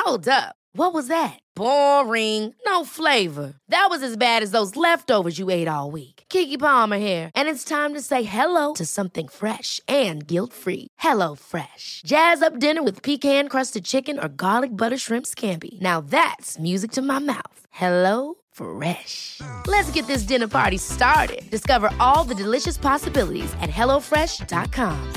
Hold up. What was that? Boring. No flavor. That was as bad as those leftovers you ate all week. Keke Palmer here, and it's time to say hello to something fresh and guilt-free. Hello Fresh. Jazz up dinner with pecan-crusted chicken or garlic butter shrimp scampi. Now that's music to my mouth. Hello Fresh. Let's get this dinner party started. Discover all the delicious possibilities at hellofresh.com.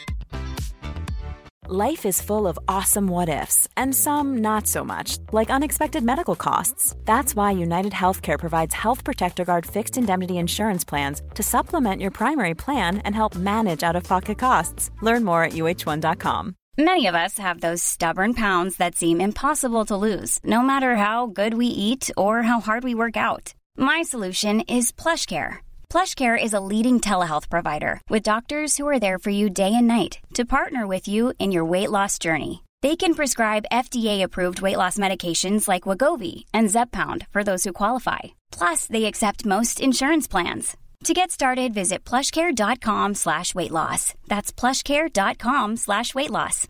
Life is full of awesome what-ifs, and some not so much, like unexpected medical costs. That's why United Healthcare provides Health Protector Guard fixed indemnity insurance plans to supplement your primary plan and help manage out-of-pocket costs. Learn more at uh1.com. Many of us have those stubborn pounds that seem impossible to lose, no matter how good we eat or how hard we work out. My solution is PlushCare. PlushCare is a leading telehealth provider with doctors who are there for you day and night to partner with you in your weight loss journey. They can prescribe FDA-approved weight loss medications like Wegovy and Zepbound for those who qualify. Plus, they accept most insurance plans. To get started, visit plushcare.com/weightloss. That's plushcare.com/weightloss.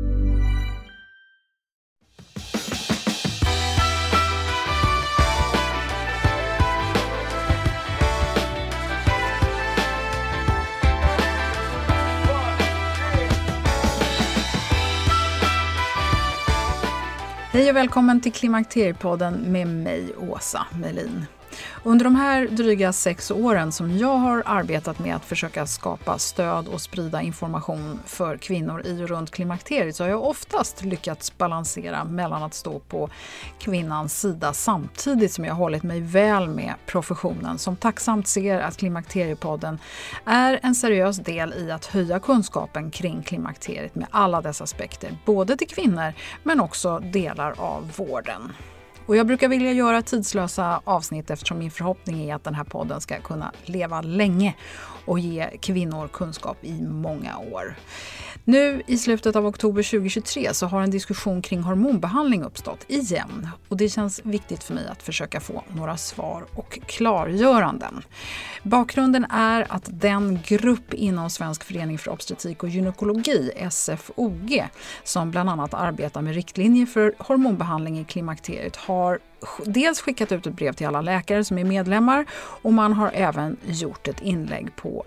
Hej och välkommen till Klimakteriepodden med mig, Åsa Melin. Under de här dryga 6 åren som jag har arbetat med att försöka skapa stöd och sprida information för kvinnor i och runt klimakteriet så har jag oftast lyckats balansera mellan att stå på kvinnans sida samtidigt som jag har hållit mig väl med professionen som tacksamt ser att Klimakteriepodden är en seriös del i att höja kunskapen kring klimakteriet med alla dess aspekter, både till kvinnor men också delar av vården. Och jag brukar vilja göra tidslösa avsnitt eftersom min förhoppning är att den här podden ska kunna leva länge och ge kvinnor kunskap i många år. Nu i slutet av oktober 2023 så har en diskussion kring hormonbehandling uppstått igen. Och det känns viktigt för mig att försöka få några svar och klargöranden. Bakgrunden är att den grupp inom Svensk förening för obstetrik och gynekologi, SFOG, som bland annat arbetar med riktlinjer för hormonbehandling i klimakteriet har dels skickat ut ett brev till alla läkare som är medlemmar och man har även gjort ett inlägg på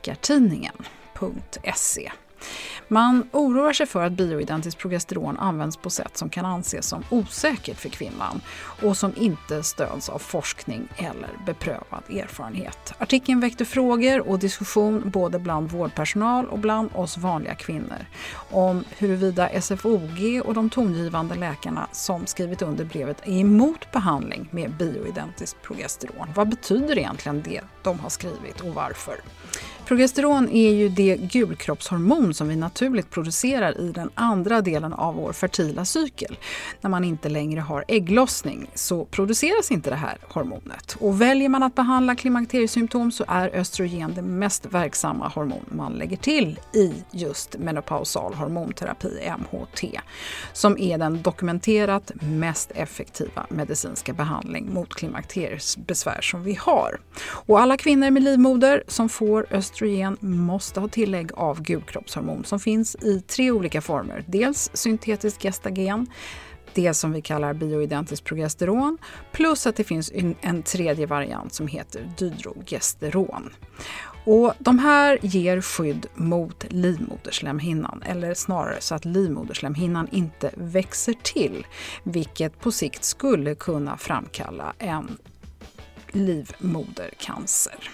läkartidningen.se. Man oroar sig för att bioidentiskt progesteron används på sätt som kan anses som osäkert för kvinnan och som inte stöds av forskning eller beprövad erfarenhet. Artikeln väckte frågor och diskussion både bland vårdpersonal och bland oss vanliga kvinnor om huruvida SFOG och de tongivande läkarna som skrivit under brevet är emot behandling med bioidentiskt progesteron. Vad betyder egentligen det de har skrivit och varför? Progesteron är ju det gulkroppshormon som vi naturligt producerar i den andra delen av vår fertila cykel. När man inte längre har ägglossning så produceras inte det här hormonet. Och väljer man att behandla klimakteriesymptom så är östrogen det mest verksamma hormon man lägger till i just menopausal hormonterapi, MHT, som är den dokumenterat mest effektiva medicinska behandling mot klimakteriesbesvär som vi har. Och alla kvinnor med livmoder som får östrogen måste ha tillägg av gulkroppshormon som finns i 3 olika former. Dels syntetisk gestagen, det som vi kallar bioidentiskt progesteron, plus att det finns en tredje variant som heter dydrogesteron. Och de här ger skydd mot livmoderslemhinnan, eller snarare så att livmoderslemhinnan inte växer till, vilket på sikt skulle kunna framkalla en livmodercancer.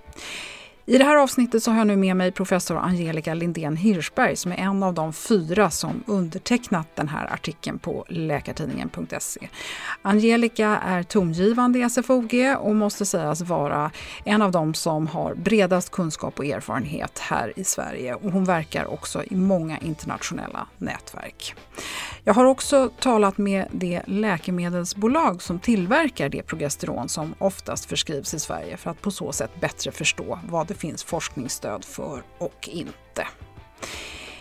I det här avsnittet så har jag nu med mig professor Angelica Lindén Hirschberg som är en av de 4 som undertecknat den här artikeln på läkartidningen.se. Angelica är tongivande i SFOG och måste sägas vara en av de som har bredast kunskap och erfarenhet här i Sverige och hon verkar också i många internationella nätverk. Jag har också talat med det läkemedelsbolag som tillverkar det progesteron som oftast förskrivs i Sverige för att på så sätt bättre förstå vad det finns forskningsstöd för och inte.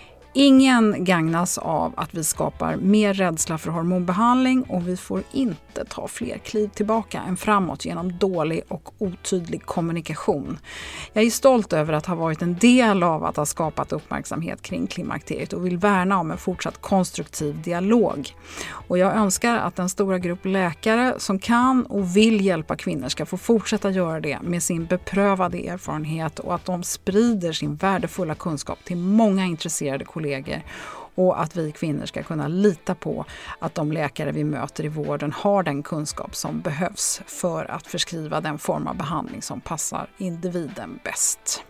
Ingen gagnas av att vi skapar mer rädsla för hormonbehandling och vi får inte inte ta fler kliv tillbaka än framåt genom dålig och otydlig kommunikation. Jag är stolt över att ha varit en del av att ha skapat uppmärksamhet kring klimakteriet och vill värna om en fortsatt konstruktiv dialog. Och jag önskar att en stora grupp läkare som kan och vill hjälpa kvinnor ska få fortsätta göra det med sin beprövade erfarenhet och att de sprider sin värdefulla kunskap till många intresserade kollegor och att vi kvinnor ska kunna lita på att de läkare vi möter i vården har den kunskap som behövs för att förskriva den form av behandling som passar individen bäst.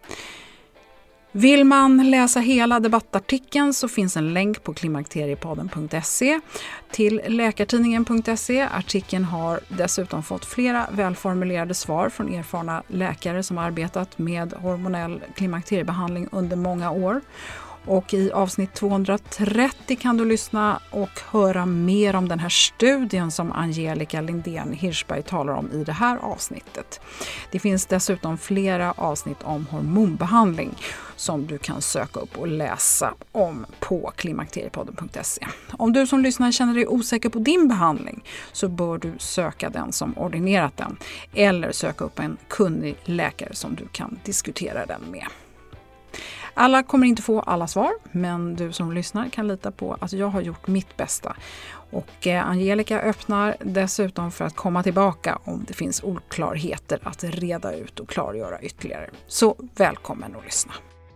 Vill man läsa hela debattartikeln så finns en länk på klimakteriepodden.se till läkartidningen.se. Artikeln har dessutom fått flera välformulerade svar från erfarna läkare som har arbetat med hormonell klimakteriebehandling under många år. Och i avsnitt 230 kan du lyssna och höra mer om den här studien som Angelica Lindén Hirschberg talar om i det här avsnittet. Det finns dessutom flera avsnitt om hormonbehandling som du kan söka upp och läsa om på klimakteriepodden.se. Om du som lyssnar känner dig osäker på din behandling så bör du söka den som ordinerat den eller söka upp en kunnig läkare som du kan diskutera den med. Alla kommer inte få alla svar, men du som lyssnar kan lita på att jag har gjort mitt bästa. Och Angelica öppnar dessutom för att komma tillbaka om det finns oklarheter att reda ut och klargöra ytterligare. Så välkommen att lyssna.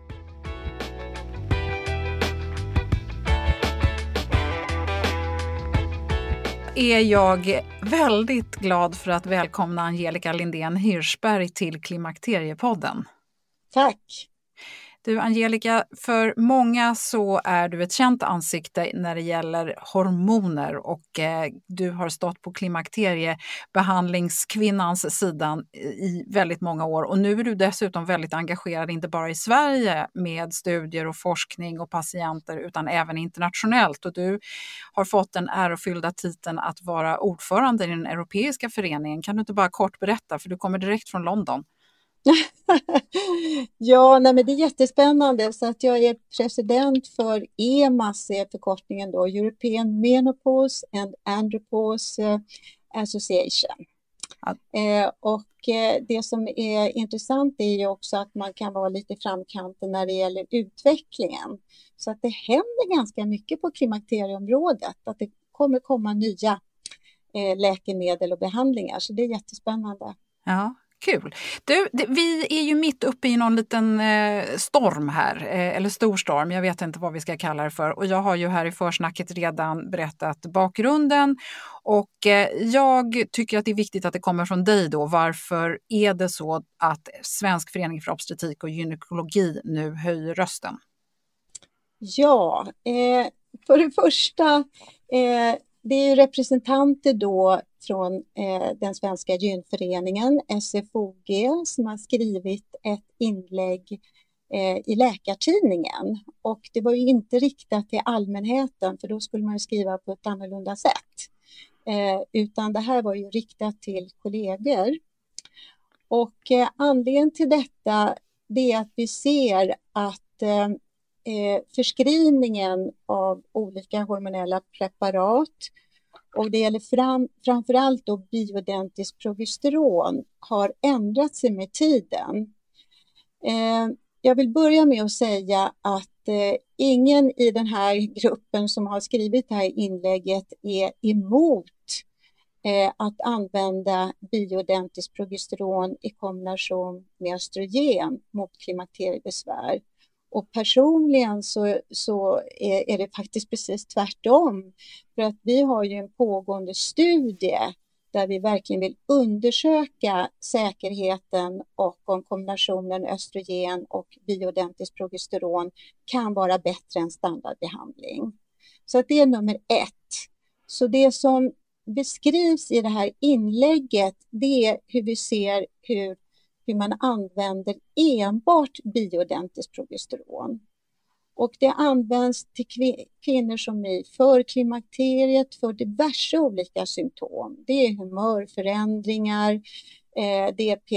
Är jag väldigt glad för att välkomna Angelica Lindén Hirschberg till Klimakteriepodden. Tack! Du Angelica, för många så är du ett känt ansikte när det gäller hormoner och du har stått på klimakteriebehandlingskvinnans sidan i väldigt många år. Och nu är du dessutom väldigt engagerad inte bara i Sverige med studier och forskning och patienter utan även internationellt. Och du har fått den ärofyllda titeln att vara ordförande i den europeiska föreningen. Kan du inte bara kort berätta, för du kommer direkt från London. Ja, nej, men det är jättespännande. Så att jag är president för EMAS, är förkortningen då, European Menopause and Andropause Association. Det som är intressant är ju också att man kan vara lite framkanten när det gäller utvecklingen. Så att det händer ganska mycket på klimakterieområdet. Att det kommer komma nya läkemedel och behandlingar. Så det är jättespännande. Ja. Kul. Du, vi är ju mitt uppe i någon liten storm här, eller storstorm, jag vet inte vad vi ska kalla det för. Och jag har ju här i försnacket redan berättat bakgrunden och jag tycker att det är viktigt att det kommer från dig då. Varför är det så att Svensk förening för obstetrik och gynekologi nu höjer rösten? Ja, för det första, det är ju representanter då från den svenska gynföreningen, SFOG, som har skrivit ett inlägg i Läkartidningen. Och det var ju inte riktat till allmänheten, för då skulle man ju skriva på ett annorlunda sätt. Utan det här var ju riktat till kollegor. Och anledningen till detta, det är att vi ser att förskrivningen av olika hormonella preparat, och det gäller framförallt då bioidentiskt progesteron, har ändrat sig med tiden. Jag vill börja med att säga att ingen i den här gruppen som har skrivit det här inlägget är emot att använda bioidentiskt progesteron i kombination med östrogen mot klimakteriebesvär. Och personligen så är det faktiskt precis tvärtom. För att vi har ju en pågående studie där vi verkligen vill undersöka säkerheten och om kombinationen östrogen och bioidentiskt progesteron kan vara bättre än standardbehandling. Så att det är nummer 1. Så det som beskrivs i det här inlägget, det är hur vi ser hur man använder enbart bioidentiskt progesteron. Och det används till kvinnor som är för klimakteriet för diverse olika symptom. Det är humörförändringar, det är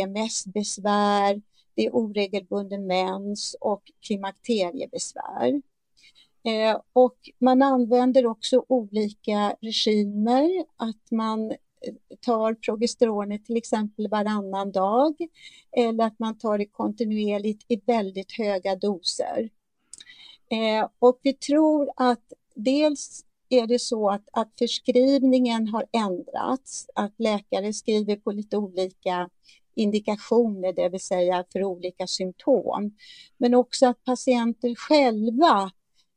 PMS-besvär, det är oregelbunden mens och klimakteriebesvär. Och man använder också olika regimer, att man tar progesteronet till exempel varannan dag eller att man tar det kontinuerligt i väldigt höga doser. Och vi tror att dels är det så att förskrivningen har ändrats, att läkare skriver på lite olika indikationer, det vill säga för olika symptom. Men också att patienter själva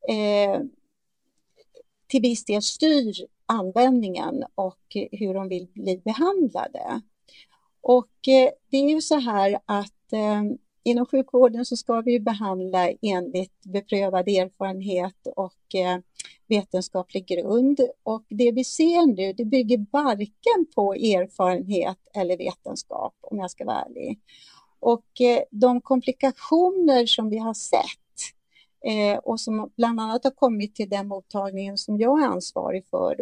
till viss del styr användningen och hur de vill bli behandlade. Och det är ju så här att inom sjukvården så ska vi behandla enligt beprövad erfarenhet och vetenskaplig grund. Och det vi ser nu, det bygger varken på erfarenhet eller vetenskap, om jag ska vara ärlig. Och de komplikationer som vi har sett och som bland annat har kommit till den mottagningen som jag är ansvarig för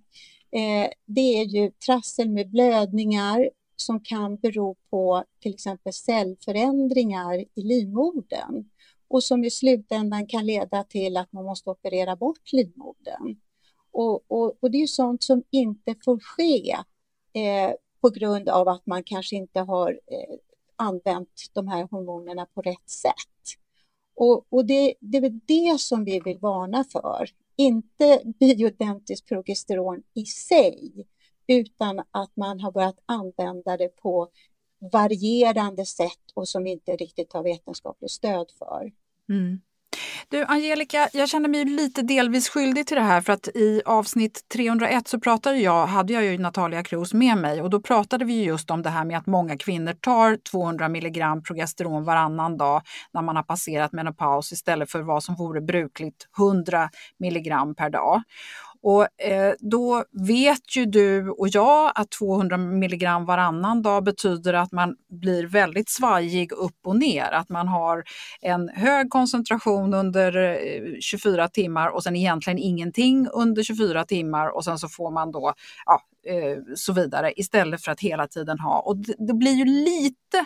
det är ju trassel med blödningar som kan bero på till exempel cellförändringar i livmodern och som i slutändan kan leda till att man måste operera bort livmodern. Och det är ju sånt som inte får ske på grund av att man kanske inte har använt de här hormonerna på rätt sätt. Och det är väl det som vi vill varna för. Inte bioidentiskt progesteron i sig, utan att man har börjat använda det på varierande sätt och som inte riktigt har vetenskapligt stöd för. Mm. Du Angelica, jag känner mig lite delvis skyldig till det här för att i avsnitt 301 så hade jag ju Natalia Cruz med mig och då pratade vi just om det här med att många kvinnor tar 200 milligram progesteron varannan dag när man har passerat menopaus istället för vad som vore brukligt 100 milligram per dag. Och då vet ju du och jag att 200 milligram varannan dag betyder att man blir väldigt svajig upp och ner. Att man har en hög koncentration under 24 timmar och sen egentligen ingenting under 24 timmar och sen så får man då så vidare istället för att hela tiden ha. Och det blir ju lite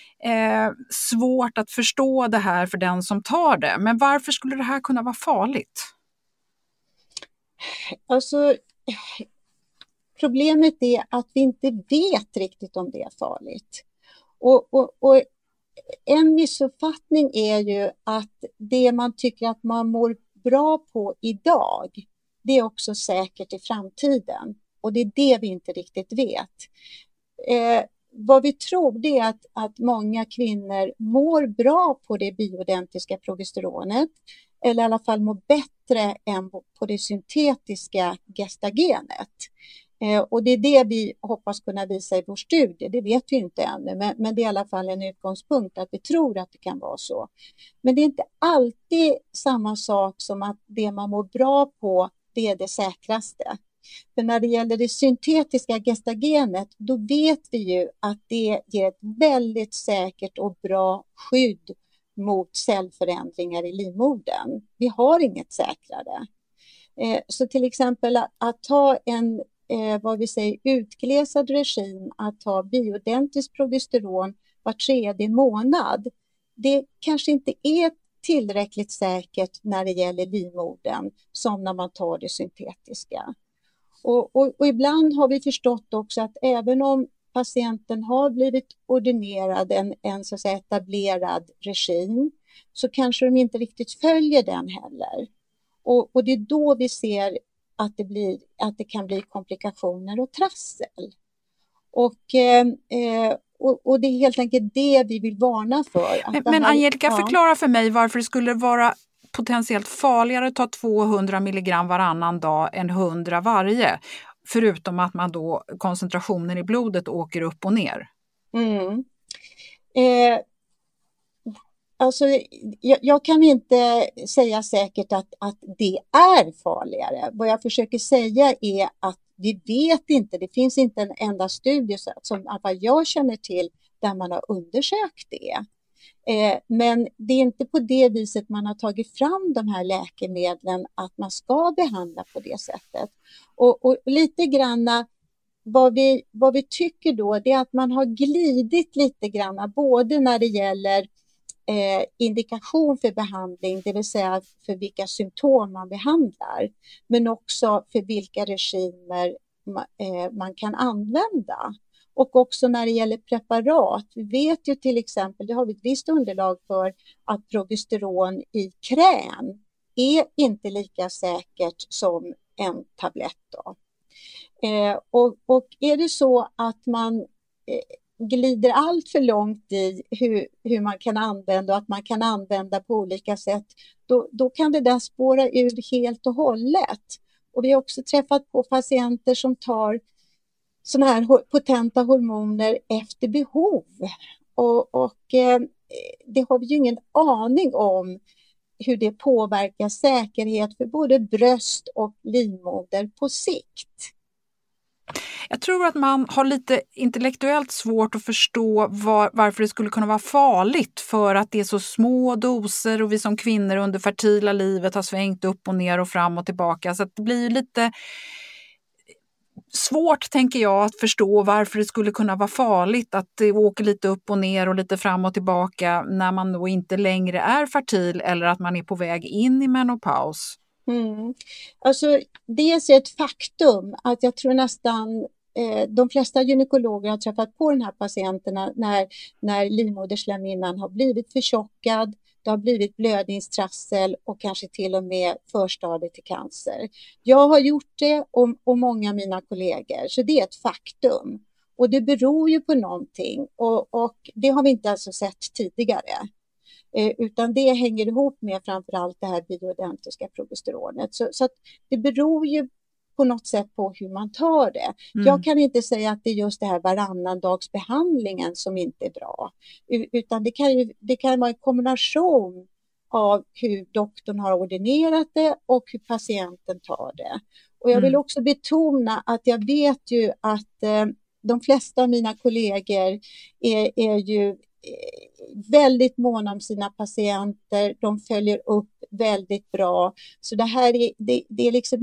svårt att förstå det här för den som tar det. Men varför skulle det här kunna vara farligt? Alltså, problemet är att vi inte vet riktigt om det är farligt. Och en missuppfattning är ju att det man tycker att man mår bra på idag, det är också säkert i framtiden. Och det är det vi inte riktigt vet. Vad vi tror det är att många kvinnor mår bra på det bioidentiska progesteronet, eller i alla fall mår bättre än på det syntetiska gestagenet. Och det är det vi hoppas kunna visa i vår studie. Det vet vi inte ännu, men det är i alla fall en utgångspunkt att vi tror att det kan vara så. Men det är inte alltid samma sak som att det man mår bra på, det är det säkraste. För när det gäller det syntetiska gestagenet, då vet vi ju att det ger ett väldigt säkert och bra skydd mot cellförändringar i livmodern. Vi har inget säkrare. Så till exempel att ta en vad vi säger utglesad regim, att ta bioidentiskt progesteron var 3:e månad, det kanske inte är tillräckligt säkert när det gäller livmodern som när man tar det syntetiska. Och ibland har vi förstått också att även om patienten har blivit ordinerad en så att säga etablerad regim, så kanske de inte riktigt följer den heller. Och det är då vi ser att det kan bli komplikationer och trassel. Och det är helt enkelt det vi vill varna för. Men Angelica, förklara för mig varför det skulle vara potentiellt farligare att ta 200 milligram varannan dag än 100 varje. Förutom att man då koncentrationen i blodet åker upp och ner. Alltså, jag kan inte säga säkert att det är farligare. Vad jag försöker säga är att vi vet inte, det finns inte en enda studie som vad jag känner till där man har undersökt det. Men det är inte på det viset man har tagit fram de här läkemedlen att man ska behandla på det sättet. Och lite granna vad vi tycker då, det är att man har glidit lite granna både när det gäller indikation för behandling, det vill säga för vilka symptom man behandlar, men också för vilka regimer man kan använda. Och också när det gäller preparat, vi vet ju till exempel, det har vi ett visst underlag för, att progesteron i kräm är inte lika säkert som en tablett då. Och är det så att man glider allt för långt i hur man kan använda och att man kan använda på olika sätt, då kan det där spåra ur helt och hållet. Och vi har också träffat på patienter som tar sådana här potenta hormoner efter behov. Och det har vi ju ingen aning om hur det påverkar säkerhet för både bröst och livmoder på sikt. Jag tror att man har lite intellektuellt svårt att förstå varför det skulle kunna vara farligt, för att det är så små doser och vi som kvinnor under fertila livet har svängt upp och ner och fram och tillbaka. Så att det blir lite svårt, tänker jag, att förstå varför det skulle kunna vara farligt att det åker lite upp och ner och lite fram och tillbaka när man då inte längre är fertil eller att man är på väg in i menopaus. Alltså, dels är ett faktum att jag tror nästan de flesta gynekologer har träffat på den här patienterna när livmoderslemhinnan har blivit förtjockad, det har blivit blödningstrassel och kanske till och med förstadiet till cancer. Jag har gjort det och många av mina kollegor, så det är ett faktum. Och det beror ju på någonting och det har vi inte alltså sett tidigare. Utan det hänger ihop med framförallt det här bioidentiska progesteronet. Så att det beror ju på något sätt på hur man tar det. Jag kan inte säga att det är just det här varannandagsbehandlingen som inte är bra. Utan det kan vara en kombination av hur doktorn har ordinerat det och hur patienten tar det. Och jag vill också betona att jag vet ju att de flesta av mina kollegor är ju väldigt måna om sina patienter, de följer upp väldigt bra. Så det här det är liksom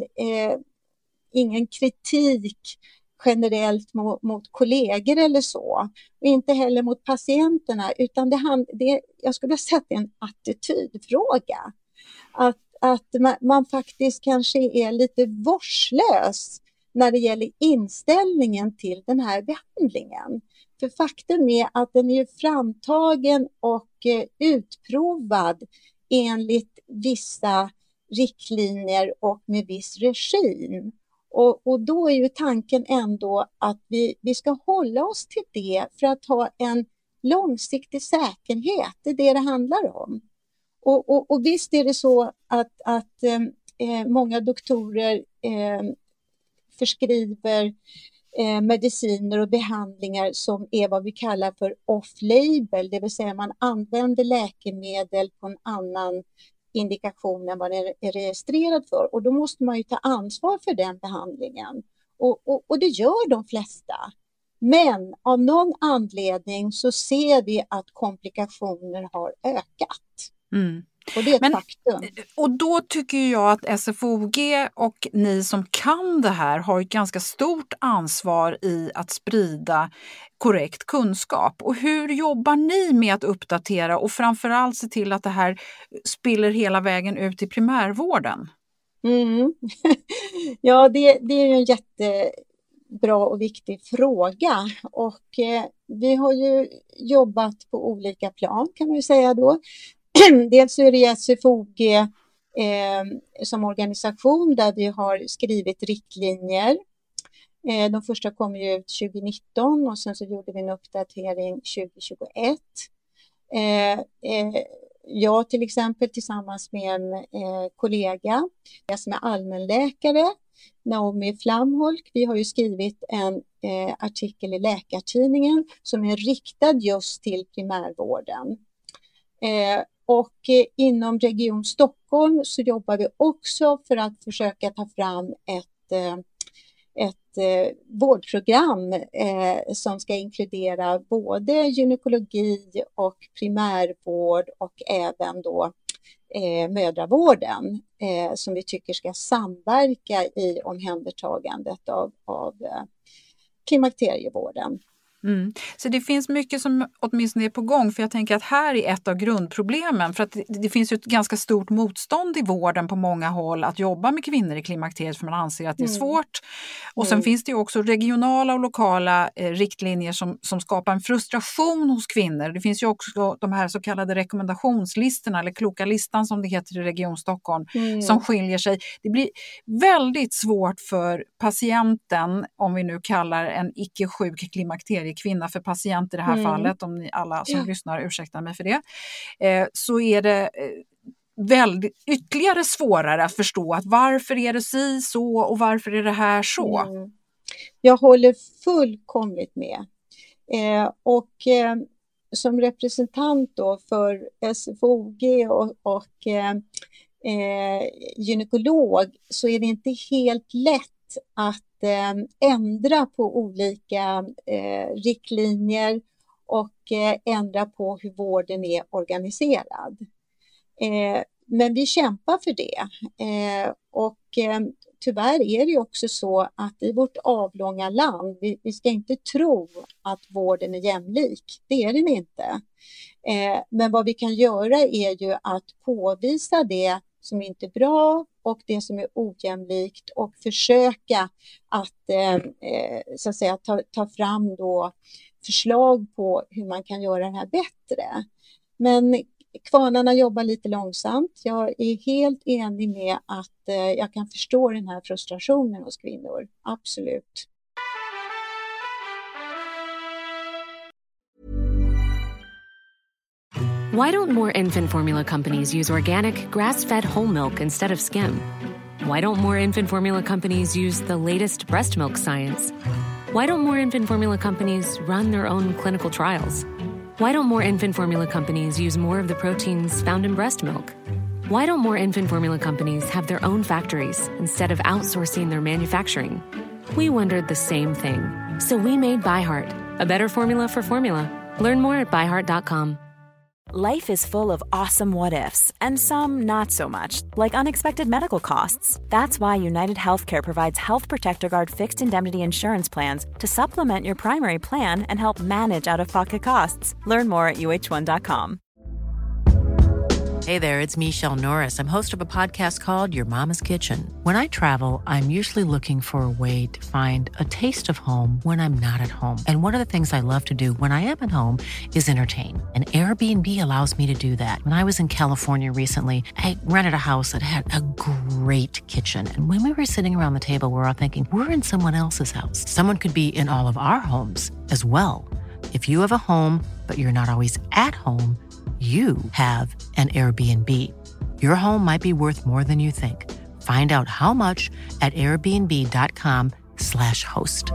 ingen kritik generellt mot kollegor eller så. Och inte heller mot patienterna, utan jag skulle säga att det är en attitydfråga. Att man faktiskt kanske är lite vårdslös när det gäller inställningen till den här behandlingen. För faktum är att den är framtagen och utprovad enligt vissa riktlinjer och med viss regim. Och då är ju tanken ändå att vi ska hålla oss till det för att ha en långsiktig säkerhet. Det är det handlar om. Och visst är det så att många doktorer förskriver mediciner och behandlingar som är vad vi kallar för off-label, det vill säga man använder läkemedel på en annan indikation än vad den är registrerad för, och då måste man ju ta ansvar för den behandlingen och det gör de flesta. Men av någon anledning så ser vi att komplikationer har ökat. Och det är ett faktum. Och då tycker jag att SFOG och ni som kan det här har ett ganska stort ansvar i att sprida korrekt kunskap. Och hur jobbar ni med att uppdatera och framförallt se till att det här spiller hela vägen ut i primärvården? Ja, det är ju en jättebra och viktig fråga. Och vi har ju jobbat på olika plan, kan man ju säga då. Dels är det SFOG som organisation där vi har skrivit riktlinjer. De första kom ju ut 2019 och sen så gjorde vi en uppdatering 2021. Jag till exempel tillsammans med en kollega som är allmänläkare, Naomi Flamholk, vi har ju skrivit en artikel i Läkartidningen som är riktad just till primärvården. Och inom Region Stockholm så jobbar vi också för att försöka ta fram ett vårdprogram som ska inkludera både gynekologi och primärvård och även då mödravården som vi tycker ska samverka i omhändertagandet av klimakterievården. Så det finns mycket som åtminstone är på gång, för jag tänker att här är ett av grundproblemen, för att det finns ju ett ganska stort motstånd i vården på många håll att jobba med kvinnor i klimakteriet, för man anser att det är svårt. Och sen finns det ju också regionala och lokala riktlinjer som skapar en frustration hos kvinnor. Det finns ju också de här så kallade rekommendationslistorna, eller kloka listan som det heter i Region Stockholm, som skiljer sig. Det blir väldigt svårt för patienten, om vi nu kallar en icke-sjuk klimakteriekvinna för patient i det här fallet, om ni alla som lyssnar ursäktar mig för det, så är det väldigt ytterligare svårare att förstå att varför är det så och varför är det här så. Jag håller fullkomligt med. Som representant då för SFOG och gynekolog så är det inte helt lätt att ändra på olika riktlinjer och ändra på hur vården är organiserad. Men vi kämpar för det. Tyvärr är det också så att i vårt avlånga land, vi ska inte tro att vården är jämlik. Det är den inte. Men vad vi kan göra är ju att påvisa det som inte är bra och det som är ojämlikt och försöka att, så att säga, ta fram då förslag på hur man kan göra det här bättre. Men kvarnarna jobbar lite långsamt. Jag är helt enig med att jag kan förstå den här frustrationen hos kvinnor. Absolut. Why don't more infant formula companies use organic, grass-fed whole milk instead of skim? Why don't more infant formula companies use the latest breast milk science? Why don't more infant formula companies run their own clinical trials? Why don't more infant formula companies use more of the proteins found in breast milk? Why don't more infant formula companies have their own factories instead of outsourcing their manufacturing? We wondered the same thing. So we made ByHeart, a better formula for formula. Learn more at byheart.com. Life is full of awesome what-ifs, and some not so much, like unexpected medical costs. That's why United Healthcare provides Health Protector Guard fixed indemnity insurance plans to supplement your primary plan and help manage out-of-pocket costs. Learn more at uh1.com. Hey there, it's Michelle Norris. I'm host of a podcast called Your Mama's Kitchen. When I travel, I'm usually looking for a way to find a taste of home when I'm not at home. And one of the things I love to do when I am at home is entertain. And Airbnb allows me to do that. When I was in California recently, I rented a house that had a great kitchen. And when we were sitting around the table, we were all thinking, we're in someone else's house. Someone could be in all of our homes as well. If you have a home, but you're not always at home, you have an Airbnb. Your home might be worth more than you think. Find out how much at airbnb.com/host.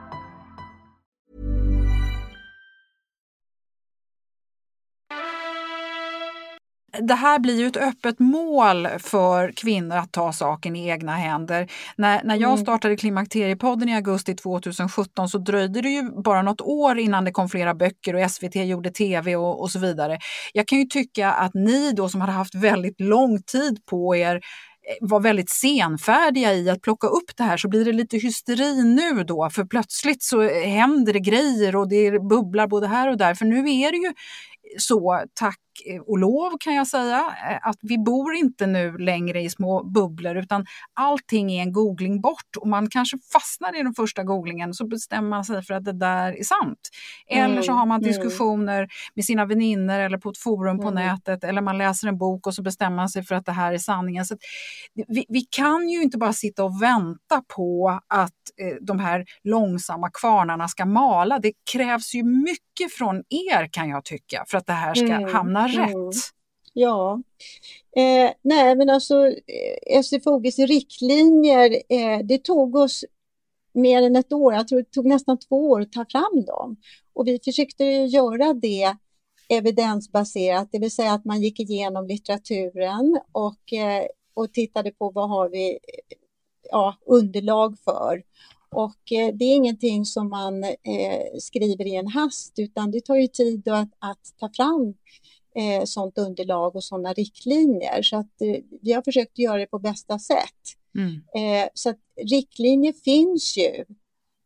Det här blir ju ett öppet mål för kvinnor att ta saken i egna händer. När jag startade Klimakteriepodden i augusti 2017 så dröjde det ju bara något år innan det kom flera böcker och SVT gjorde tv och så vidare. Jag kan ju tycka att ni då som hade haft väldigt lång tid på er var väldigt senfärdiga i att plocka upp det här, så blir det lite hysteri nu då, för plötsligt så händer det grejer och det bubblar både här och där. För nu är det ju så, tack och lov kan jag säga, att vi bor inte nu längre i små bubblor, utan allting är en googling bort, och man kanske fastnar i den första googlingen så bestämmer man sig för att det där är sant. Eller så har man diskussioner med sina väninner eller på ett forum på nätet, eller man läser en bok och så bestämmer man sig för att det här är sanningen. Så vi kan ju inte bara sitta och vänta på att de här långsamma kvarnarna ska mala. Det krävs ju mycket från er, kan jag tycka, för att det här ska hamna rätt. Ja, nej men alltså SFOGs riktlinjer, det tog oss mer än ett år, jag tror det tog nästan 2 år att ta fram dem. Och vi försökte göra det evidensbaserat, det vill säga att man gick igenom litteraturen och tittade på vad har vi underlag för. Och det är ingenting som man skriver i en hast, utan det tar ju tid att ta fram sånt underlag och sådana riktlinjer. Så att vi har försökt göra det på bästa sätt. Så att riktlinjer finns ju.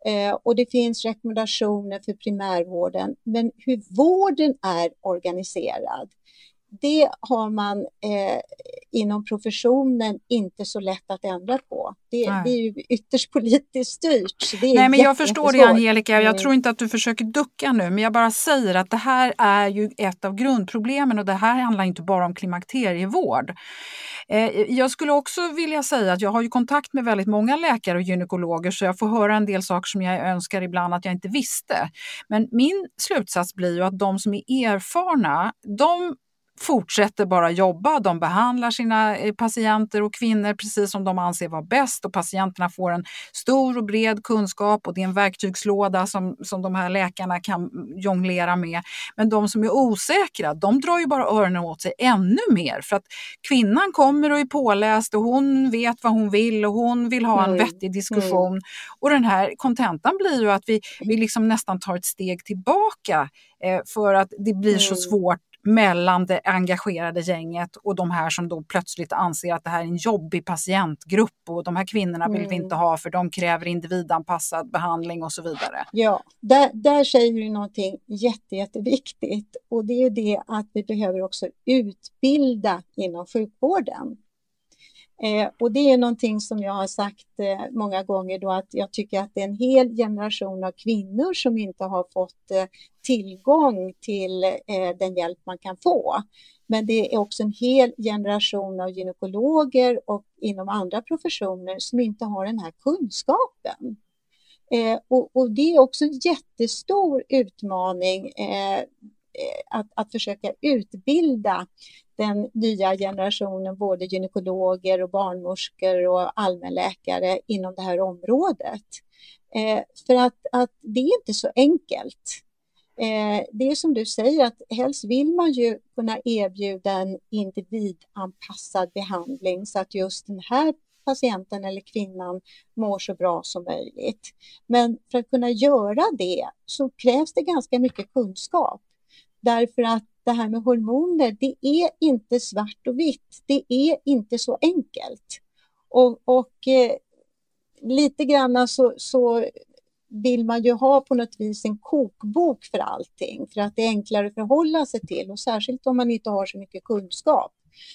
Och det finns rekommendationer för primärvården, men hur vården är organiserad, det har man inom professionen inte så lätt att ändra på. Det är ju ytterst politiskt styrt. Så det är Nej, men jag förstår det, Angelica. Jag tror inte att du försöker ducka nu, men jag bara säger att det här är ju ett av grundproblemen, och det här handlar inte bara om klimakterievård. Jag skulle också vilja säga att jag har ju kontakt med väldigt många läkare och gynekologer, så jag får höra en del saker som jag önskar ibland att jag inte visste. Men min slutsats blir ju att de som är erfarna, de fortsätter bara jobba, de behandlar sina patienter och kvinnor precis som de anser vara bäst, och patienterna får en stor och bred kunskap, och det är en verktygslåda som de här läkarna kan jonglera med. Men de som är osäkra, de drar ju bara öronen åt sig ännu mer, för att kvinnan kommer och är påläst och hon vet vad hon vill och hon vill ha en vettig diskussion. Och den här kontentan blir ju att vi liksom nästan tar ett steg tillbaka för att det blir så svårt mellan det engagerade gänget och de här som då plötsligt anser att det här är en jobbig patientgrupp, och de här kvinnorna vill vi inte ha för de kräver individanpassad behandling och så vidare. Ja, där säger du någonting jätteviktigt, och det är det att vi behöver också utbilda inom sjukvården. Och det är någonting som jag har sagt många gånger då, att jag tycker att det är en hel generation av kvinnor som inte har fått tillgång till den hjälp man kan få. Men det är också en hel generation av gynekologer och inom andra professioner som inte har den här kunskapen. Och det är också en jättestor utmaning att försöka utbilda den nya generationen, både gynekologer och barnmorskor och allmänläkare inom det här området. För att det är inte så enkelt. Det är som du säger, att helst vill man ju kunna erbjuda en individanpassad behandling så att just den här patienten eller kvinnan mår så bra som möjligt. Men för att kunna göra det så krävs det ganska mycket kunskap. Därför att det här med hormoner, det är inte svart och vitt. Det är inte så enkelt. Och lite grann så vill man ju ha på något vis en kokbok för allting. För att det är enklare att förhålla sig till, och särskilt om man inte har så mycket kunskap.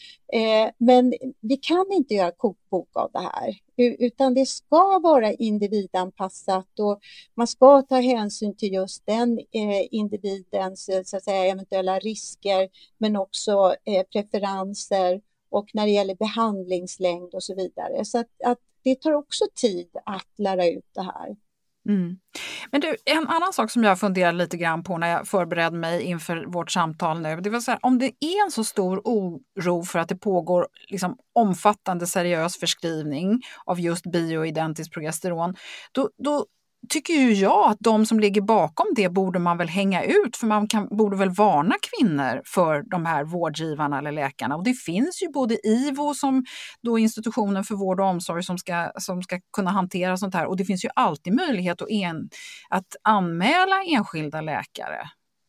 Men vi kan inte göra kokbok av det här, utan det ska vara individanpassat, och man ska ta hänsyn till just den individens så att säga, eventuella risker, men också preferenser, och när det gäller behandlingslängd och så vidare. Så att det tar också tid att lära ut det här. Men du, en annan sak som jag funderade lite grann på när jag förberedde mig inför vårt samtal nu, det var så här, om det är en så stor oro för att det pågår liksom omfattande seriös förskrivning av just bioidentiskt progesteron, då tycker ju jag att de som ligger bakom det borde man väl hänga ut, för man borde väl varna kvinnor för de här vårdgivarna eller läkarna. Och det finns ju både IVO, som då institutionen för vård och omsorg, som ska kunna hantera sånt här, och det finns ju alltid möjlighet att anmäla enskilda läkare.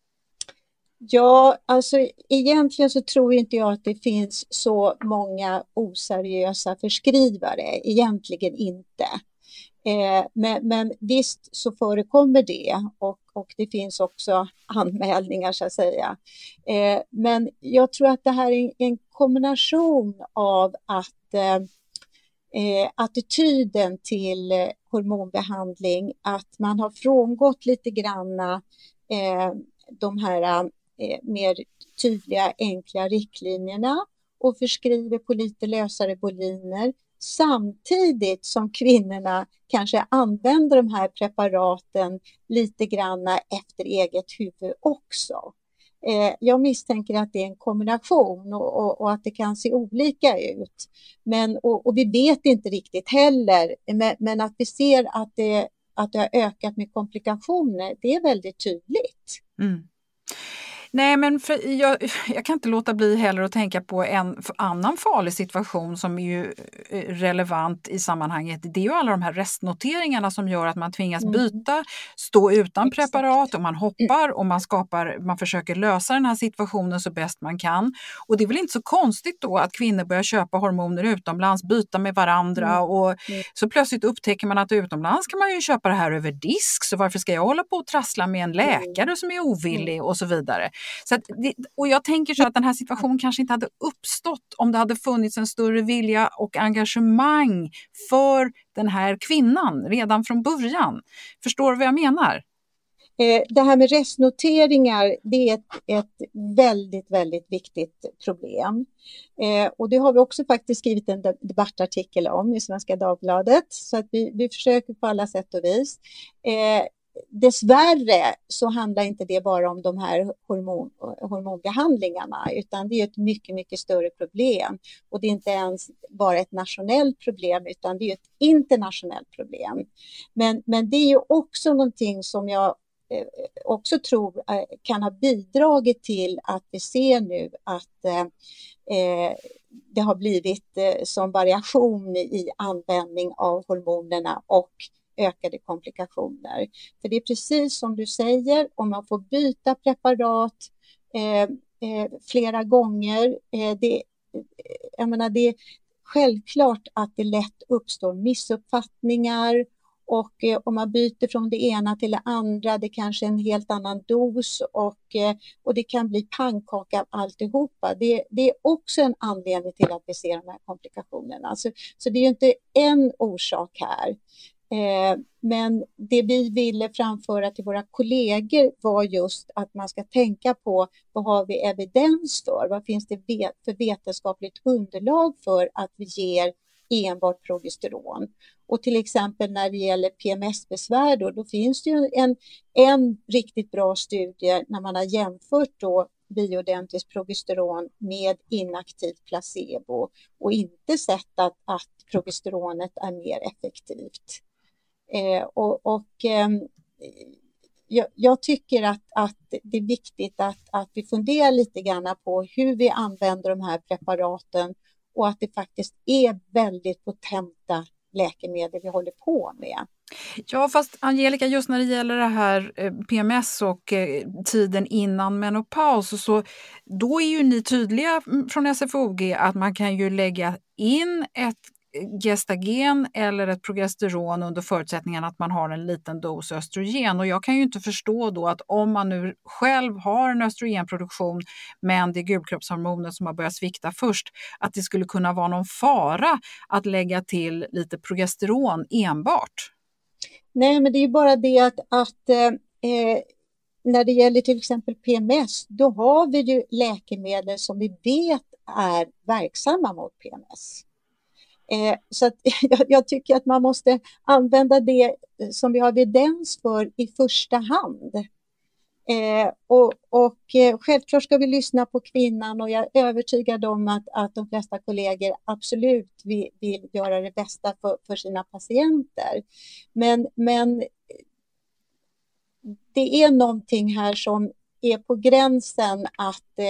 Ja, alltså egentligen så tror inte jag att det finns så många oseriösa förskrivare, egentligen inte. Men visst så förekommer det, och det finns också anmälningar så att säga. Men jag tror att det här är en kombination av att attityden till hormonbehandling, att man har frångått lite granna de här mer tydliga, enkla riktlinjerna och förskriver på lite lösare boliner, samtidigt som kvinnorna kanske använder de här preparaten lite granna efter eget huvud också. Jag misstänker att det är en kombination, och att det kan se olika ut. Och vi vet inte riktigt heller, men att vi ser att det har ökat med komplikationer, det är väldigt tydligt. Nej, men jag kan inte låta bli heller att tänka på en annan farlig situation som är ju relevant i sammanhanget. Det är ju alla de här restnoteringarna som gör att man tvingas byta, stå utan preparat och man hoppar och man försöker lösa den här situationen så bäst man kan. Och det är väl inte så konstigt då att kvinnor börjar köpa hormoner utomlands, byta med varandra och så plötsligt upptäcker man att utomlands kan man ju köpa det här över disk, så varför ska jag hålla på och trassla med en läkare som är ovillig och så vidare. Så och jag tänker så att den här situationen kanske inte hade uppstått om det hade funnits en större vilja och engagemang för den här kvinnan redan från början. Förstår du vad jag menar? Det här med restnoteringar, det är ett väldigt, väldigt viktigt problem. Och det har vi också faktiskt skrivit en debattartikel om i Svenska Dagbladet. Så att vi försöker på alla sätt och vis. Dessvärre så handlar inte det bara om de här hormonbehandlingarna, utan det är ett mycket, mycket större problem. Och det är inte ens bara ett nationellt problem, utan det är ett internationellt problem. Men det är ju också någonting som jag också tror kan ha bidragit till att vi ser nu att det har blivit som variation i användning av hormonerna och ökade komplikationer. För det är precis som du säger, om man får byta preparat flera gånger, det är självklart att det lätt uppstår missuppfattningar. Och om man byter från det ena till det andra, det kanske är en helt annan dos och det kan bli pannkaka av alltihopa. Det är också en anledning till att vi ser de här komplikationerna. Så det är ju inte en orsak här. Men det vi ville framföra till våra kollegor var just att man ska tänka på vad har vi evidens för? Vad finns det för vetenskapligt underlag för att vi ger enbart progesteron? Och till exempel när det gäller PMS-besvär då finns det ju en riktigt bra studie när man har jämfört då bioidentiskt progesteron med inaktivt placebo och inte sett att progesteronet är mer effektivt. Jag tycker att det är viktigt att vi funderar lite grann på hur vi använder de här preparaten och att det faktiskt är väldigt potenta läkemedel vi håller på med. Ja, fast Angelica, just när det gäller det här PMS och tiden innan menopaus, så då är ju ni tydliga från SFOG att man kan ju lägga in ett gestagen eller ett progesteron under förutsättningen att man har en liten dos östrogen. Och jag kan ju inte förstå då att om man nu själv har en östrogenproduktion men det är gulkroppshormonet som har börjat svikta först, att det skulle kunna vara någon fara att lägga till lite progesteron enbart. Nej, men det är ju bara det att när det gäller till exempel PMS, då har vi ju läkemedel som vi vet är verksamma mot PMS. Så att jag tycker att man måste använda det som vi har evidens för i första hand. Och självklart ska vi lyssna på kvinnan, och jag är övertygad om att de flesta kollegor absolut vill göra det bästa för sina patienter. Men det är någonting här som är på gränsen att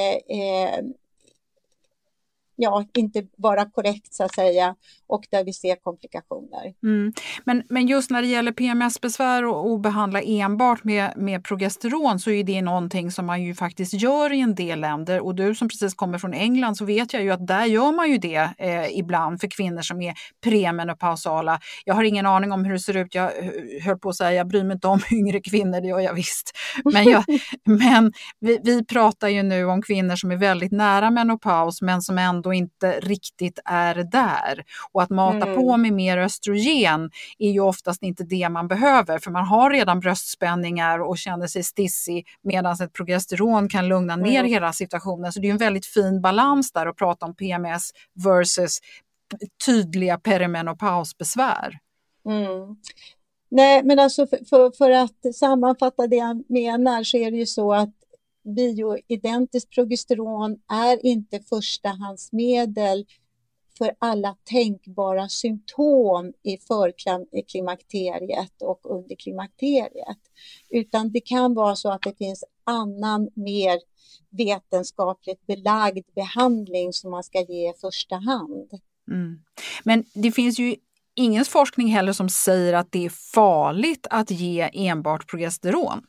inte vara korrekt så att säga, och där vi ser komplikationer. Men just när det gäller PMS-besvär och behandla enbart med progesteron, så är det någonting som man ju faktiskt gör i en del länder, och du som precis kommer från England, så vet jag ju att där gör man ju det ibland för kvinnor som är premenopausala. Jag har ingen aning om hur det ser ut, jag höll på att säga, jag bryr mig inte om yngre kvinnor, det gör jag visst. Men vi pratar ju nu om kvinnor som är väldigt nära menopaus men som ändå inte riktigt är där. Och att mata på med mer östrogen är ju oftast inte det man behöver, för man har redan bröstspänningar och känner sig stissig, medan ett progesteron kan lugna ner hela situationen. Så det är en väldigt fin balans där att prata om PMS versus tydliga perimenopausbesvär. Nej, men alltså för att sammanfatta det jag menar, så är det ju så att bioidentiskt progesteron är inte förstahandsmedel för alla tänkbara symptom i förklimakteriet och under klimakteriet. Utan det kan vara så att det finns annan mer vetenskapligt belagd behandling som man ska ge i första hand. Mm. Men det finns ju ingen forskning heller som säger att det är farligt att ge enbart progesteron.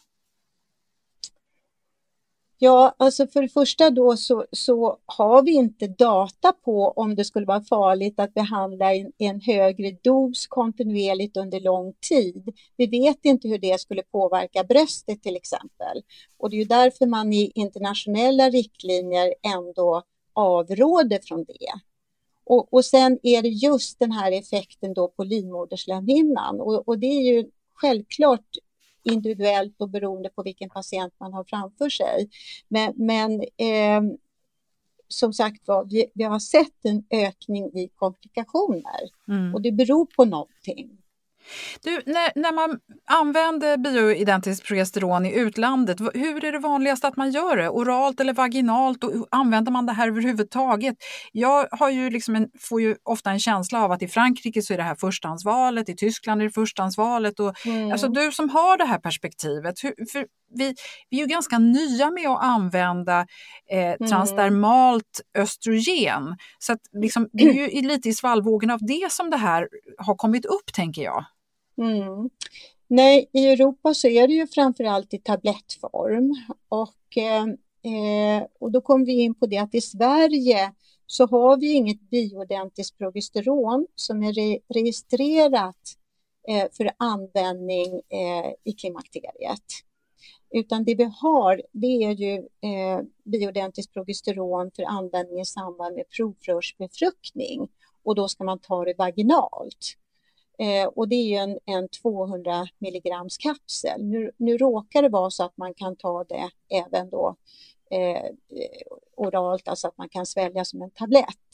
Ja, alltså för det första då så har vi inte data på om det skulle vara farligt att behandla en högre dos kontinuerligt under lång tid. Vi vet inte hur det skulle påverka bröstet till exempel. Och det är ju därför man i internationella riktlinjer ändå avråder från det. Och sen är det just den här effekten då på livmoderslemhinnan. Och det är ju självklart individuellt och beroende på vilken patient man har framför sig. Men som sagt vi har sett en ökning i komplikationer. Och det beror på någonting. Du, när man använder bioidentiskt progesteron i utlandet, hur är det vanligast att man gör det? Oralt eller vaginalt? Och använder man det här överhuvudtaget? Jag har ju får ju ofta en känsla av att i Frankrike så är det här förstahandsvalet, i Tyskland är det förstahandsvalet. Och, alltså du som har det här perspektivet, för vi är ju ganska nya med att använda transdermalt östrogen. Så att det är ju lite i svallvågen av det som det här har kommit upp, tänker jag. Nej, i Europa så är det ju framförallt i tablettform och då kommer vi in på det att i Sverige så har vi inget bioidentiskt progesteron som är registrerat för användning i klimakteriet. Utan det vi har, det är ju bioidentiskt progesteron för användning i samband med provrörsbefruktning och då ska man ta det vaginalt. Och det är ju en 200 milligrams kapsel. Nu råkar det vara så att man kan ta det även då oralt, alltså att man kan svälja som en tablett.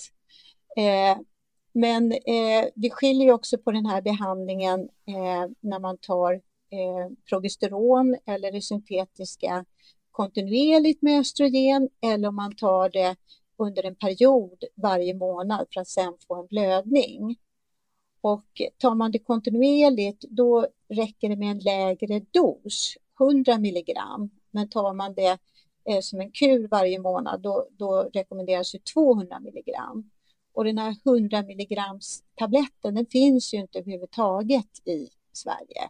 Men vi skiljer också på den här behandlingen när man tar progesteron eller det syntetiska kontinuerligt med östrogen eller om man tar det under en period varje månad för att sen få en blödning. Och tar man det kontinuerligt då räcker det med en lägre dos, 100 milligram. Men tar man det som en kur varje månad då rekommenderas ju 200 milligram. Och den här 100 milligrams tabletten den finns ju inte överhuvudtaget i Sverige.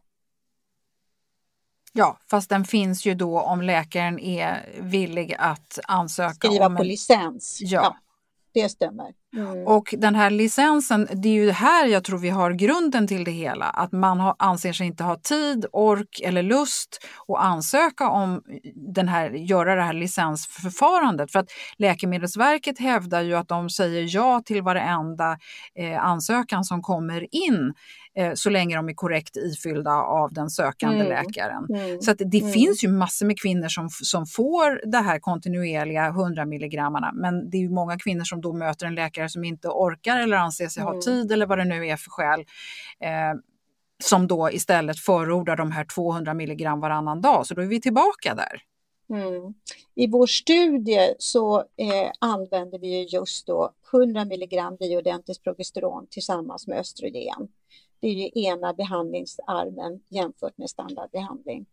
Ja, fast den finns ju då om läkaren är villig att ansöka. Skriva på licens. Ja. Det stämmer. Och den här licensen, det är ju här jag tror vi har grunden till det hela. Att man anser sig inte ha tid, ork eller lust att ansöka om göra det här licensförfarandet. För att Läkemedelsverket hävdar ju att de säger ja till varenda ansökan som kommer in. Så länge de är korrekt ifyllda av den sökande läkaren. Så att det finns ju massor med kvinnor som får det här kontinuerliga 100 milligrammarna. Men det är ju många kvinnor som då möter en läkare som inte orkar eller anser sig ha tid eller vad det nu är för skäl. Som då istället förordar de här 200 milligram varannan dag. Så då är vi tillbaka där. I vår studie så använder vi just då 100 milligram bioidentiskt progesteron tillsammans med östrogen. Det är ju ena behandlingsarmen jämfört med standardbehandling.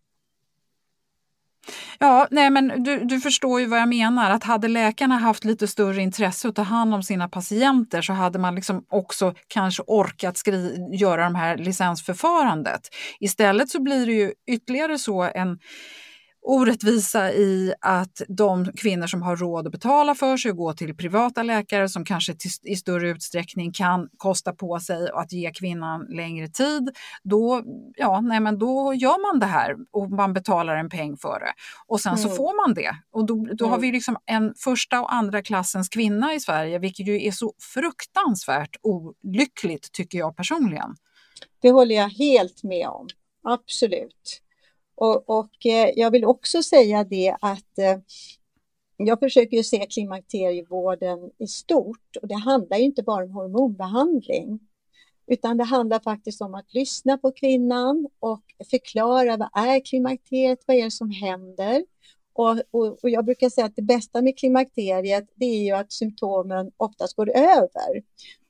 Ja, nej men du förstår ju vad jag menar. Att hade läkarna haft lite större intresse att ta hand om sina patienter så hade man också kanske orkat göra de här licensförfarandet. Istället så blir det ju ytterligare så en orättvisa i att de kvinnor som har råd att betala för sig och gå till privata läkare som kanske i större utsträckning kan kosta på sig att ge kvinnan längre tid, då gör man det här och man betalar en peng för det. Och sen så får man det. Och då har vi en första och andra klassens kvinna i Sverige, vilket ju är så fruktansvärt olyckligt tycker jag personligen. Det håller jag helt med om. Absolut. Och jag vill också säga det att jag försöker ju se klimakterievården i stort och det handlar ju inte bara om hormonbehandling utan det handlar faktiskt om att lyssna på kvinnan och förklara vad är klimakteriet, vad är det som händer och jag brukar säga att det bästa med klimakteriet det är ju att symptomen oftast går över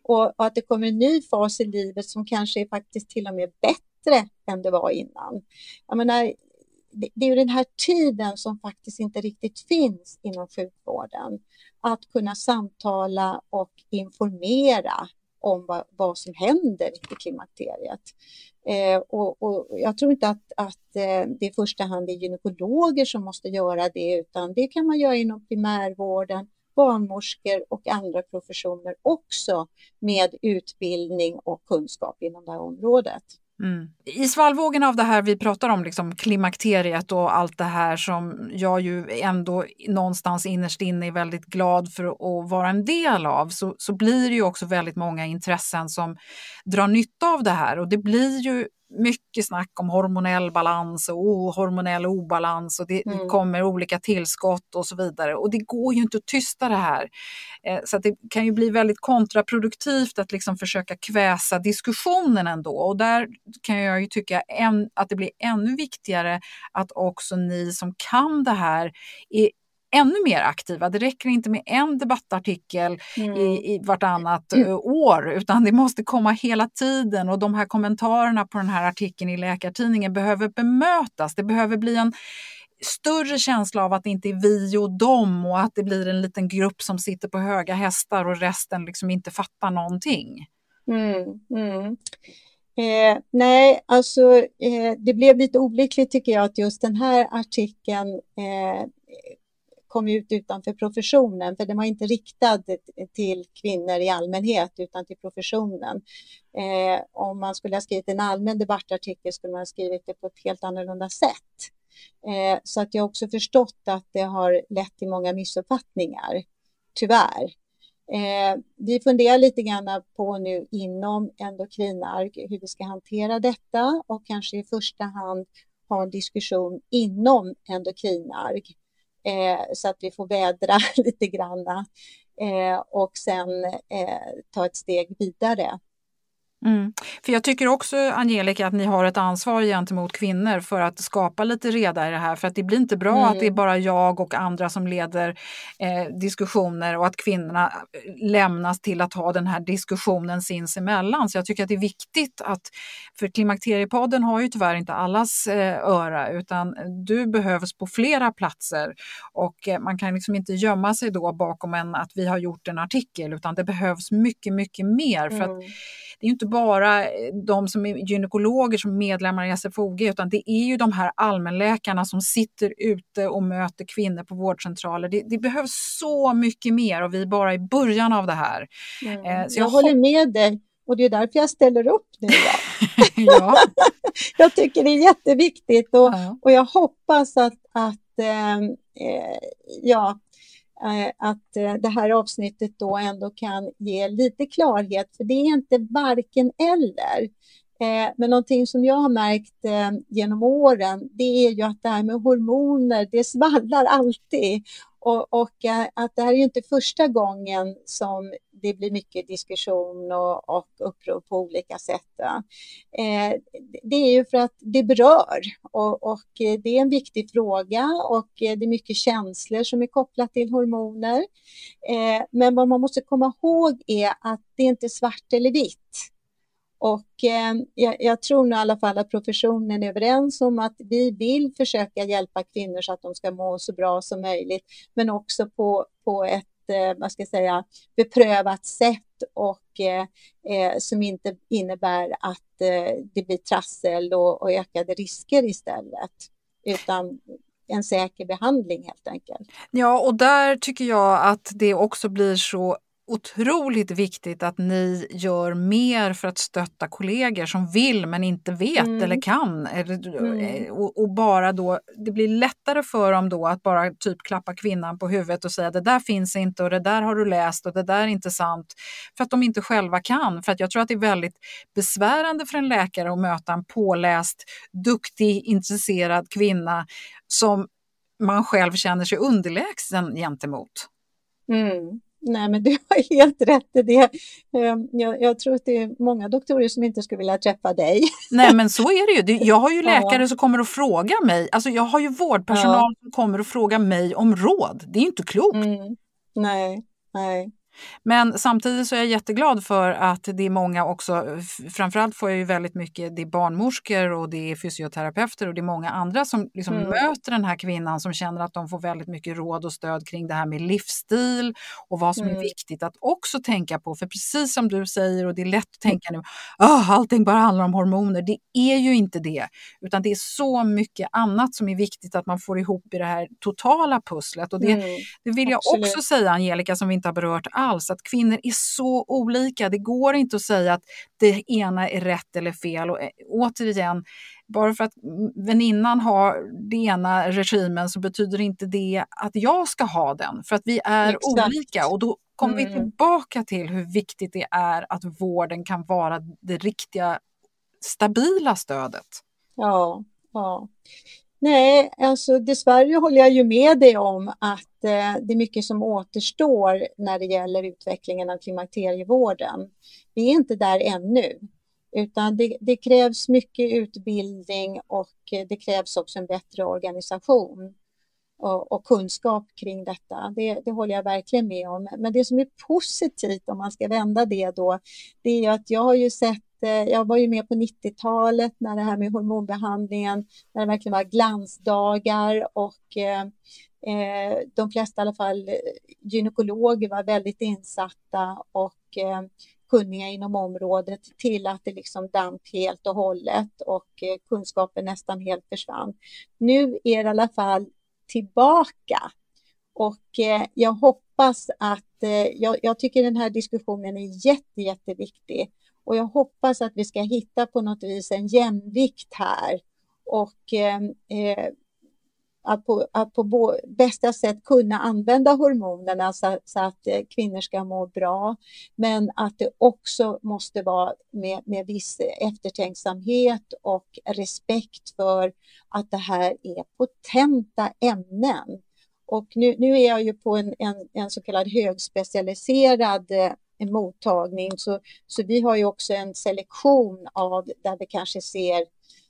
och att det kommer en ny fas i livet som kanske är faktiskt till och med bättre än det var innan. Jag menar, det är ju den här tiden som faktiskt inte riktigt finns inom sjukvården. Att kunna samtala och informera om vad som händer i klimakteriet. Och jag tror inte att det i första hand är gynekologer som måste göra det, utan det kan man göra inom primärvården, barnmorskor och andra professioner också med utbildning och kunskap inom det här området. Mm. I svallvågen av det här vi pratar om, liksom klimakteriet och allt det här som jag ju ändå någonstans innerst inne är väldigt glad för att vara en del av, så blir det ju också väldigt många intressen som drar nytta av det här, och det blir ju mycket snack om hormonell balans och hormonell obalans, och det kommer olika tillskott och så vidare, och det går ju inte att tysta det här. Så att det kan ju bli väldigt kontraproduktivt att liksom försöka kväsa diskussionen ändå, och där kan jag ju tycka att det blir ännu viktigare att också ni som kan det här är ännu mer aktiva. Det räcker inte med en debattartikel i vartannat år, utan det måste komma hela tiden, och de här kommentarerna på den här artikeln i Läkartidningen behöver bemötas. Det behöver bli en större känsla av att det inte är vi och dem, och att det blir en liten grupp som sitter på höga hästar och resten liksom inte fattar någonting. Nej, alltså det blev lite olyckligt tycker jag att just den här artikeln kom ut utanför professionen, för den var inte riktad till kvinnor i allmänhet utan till professionen. Om man skulle ha skrivit en allmän debattartikel skulle man ha skrivit det på ett helt annorlunda sätt. Så att jag också förstått att det har lett till många missuppfattningar, tyvärr. Vi funderar lite grann på nu inom endokrinarg hur vi ska hantera detta, och kanske i första hand ha en diskussion inom endokrinarg. Så att vi får vädra lite grann och sen ta ett steg vidare. För jag tycker också, Angelica, att ni har ett ansvar gentemot kvinnor för att skapa lite reda i det här, för att det blir inte bra att det är bara jag och andra som leder diskussioner, och att kvinnorna lämnas till att ha den här diskussionen sinsemellan. Så jag tycker att det är viktigt för Klimakteriepodden har ju tyvärr inte allas öra, utan du behövs på flera platser, och man kan liksom inte gömma sig då bakom att vi har gjort en artikel, utan det behövs mycket, mycket mer, för att det är ju inte bara de som är gynekologer som är medlemmar i SFOG, utan det är ju de här allmänläkarna som sitter ute och möter kvinnor på vårdcentraler. Det behövs så mycket mer, och vi är bara i början av det här. Så jag håller med dig, och det är därför jag ställer upp nu. Ja. Jag tycker det är jätteviktigt, och jag hoppas att det här avsnittet då ändå kan ge lite klarhet, för det är inte varken eller. Men någonting som jag har märkt genom åren, det är ju att det här med hormoner, det svallar alltid. Och att det här är ju inte första gången som det blir mycket diskussion och uppror på olika sätt. Det är ju för att det berör, och det är en viktig fråga, och det är mycket känslor som är kopplat till hormoner. Men vad man måste komma ihåg är att det inte är svart eller vitt. Och jag tror nu i alla fall att professionen är överens om att vi vill försöka hjälpa kvinnor så att de ska må så bra som möjligt, men också på ett beprövat sätt, och som inte innebär att det blir trassel och ökade risker istället, utan en säker behandling helt enkelt. Ja, och där tycker jag att det också blir så otroligt viktigt att ni gör mer för att stötta kollegor som vill men inte vet eller kan. Och bara då, det blir lättare för dem då att bara typ klappa kvinnan på huvudet och säga det där finns inte och det där har du läst och det där är inte sant, för att de inte själva kan. För att jag tror att det är väldigt besvärande för en läkare att möta en påläst, duktig, intresserad kvinna som man själv känner sig underlägsen gentemot. Nej, men du har helt rätt i det. Jag tror att det är många doktorer som inte skulle vilja träffa dig. Nej, men så är det ju. Jag har ju läkare som kommer att fråga mig. Alltså jag har ju vårdpersonal som kommer att fråga mig om råd. Det är ju inte klokt. Nej. Men samtidigt så är jag jätteglad för att det är många också, framförallt får jag ju väldigt mycket, det är barnmorskor och det är fysioterapeuter och det är många andra som liksom möter den här kvinnan som känner att de får väldigt mycket råd och stöd kring det här med livsstil och vad som är viktigt att också tänka på. För precis som du säger, och det är lätt att tänka nu, allting bara handlar om hormoner. Det är ju inte det, utan det är så mycket annat som är viktigt att man får ihop i det här totala pusslet. Och det vill jag också säga, Angelica, som vi inte har berört alls, att kvinnor är så olika. Det går inte att säga att det ena är rätt eller fel. Och återigen, bara för att väninnan har den ena regimen så betyder inte det att jag ska ha den. För att vi är olika, och då kommer vi tillbaka till hur viktigt det är att vården kan vara det riktiga stabila stödet. Ja. Nej, alltså dessvärre håller jag ju med dig om att det är mycket som återstår när det gäller utvecklingen av klimakterievården. Vi är inte där ännu, utan det krävs mycket utbildning och det krävs också en bättre organisation och kunskap kring detta. Det håller jag verkligen med om. Men det som är positivt, om man ska vända det då, det är att jag har ju sett, jag var ju med på 90-talet när det här med hormonbehandlingen, när det verkligen var glansdagar och de flesta, i alla fall gynekologer, var väldigt insatta och kunniga inom området, till att det liksom damp helt och hållet och kunskapen nästan helt försvann. Nu är det i alla fall tillbaka, och jag hoppas att, jag tycker den här diskussionen är jätteviktig. Och jag hoppas att vi ska hitta på något vis en jämvikt här och att på bästa sätt kunna använda hormonerna så att kvinnor ska må bra. Men att det också måste vara med viss eftertänksamhet och respekt för att det här är potenta ämnen. Och nu är jag ju på en så kallad högspecialiserad mottagning, så vi har ju också en selektion av där vi kanske ser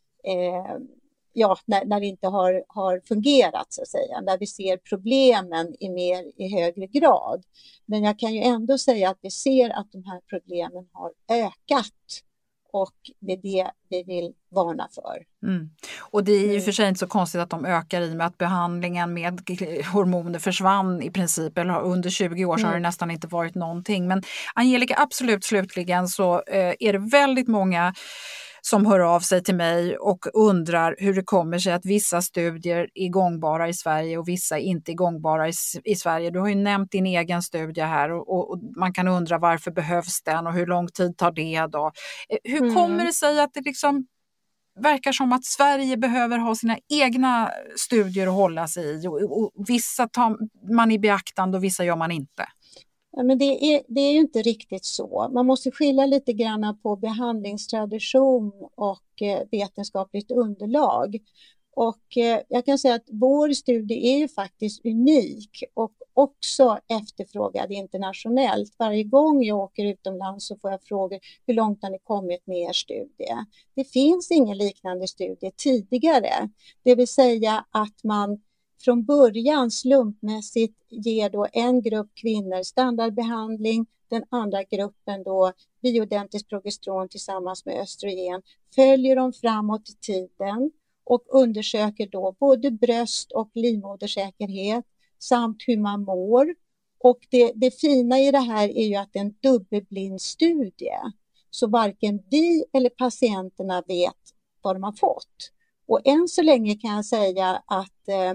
när det inte har fungerat, så att säga, där vi ser problemen i högre grad. Men jag kan ju ändå säga att vi ser att de här problemen har ökat, och det är det vi vill varna för. Och det är ju för sig inte så konstigt att de ökar, i och med att behandlingen med hormoner försvann i princip, eller under 20 år så har det nästan inte varit någonting. Men Angelica, absolut slutligen så är det väldigt många som hör av sig till mig och undrar hur det kommer sig att vissa studier är gångbara i Sverige och vissa inte är gångbara i Sverige. Du har ju nämnt din egen studie här, och man kan undra varför behövs den och hur lång tid tar det då? Hur kommer det sig att det liksom verkar som att Sverige behöver ha sina egna studier att hålla sig i, och vissa tar man i beaktande och vissa gör man inte? Ja, men det är ju inte riktigt så. Man måste skilja lite grann på behandlingstradition och vetenskapligt underlag. Och jag kan säga att vår studie är ju faktiskt unik och också efterfrågad internationellt. Varje gång jag åker utomlands så får jag frågor: hur långt har ni kommit med er studie? Det finns ingen liknande studie tidigare. Det vill säga att man från början slumpmässigt ger då en grupp kvinnor standardbehandling, den andra gruppen då bioidentiskt progesteron tillsammans med östrogen, följer dem framåt i tiden och undersöker då både bröst- och livmodersäkerhet samt hur man mår. Och det fina i det här är ju att det är en dubbelblind studie, så varken vi eller patienterna vet vad de har fått. Och än så länge kan jag säga att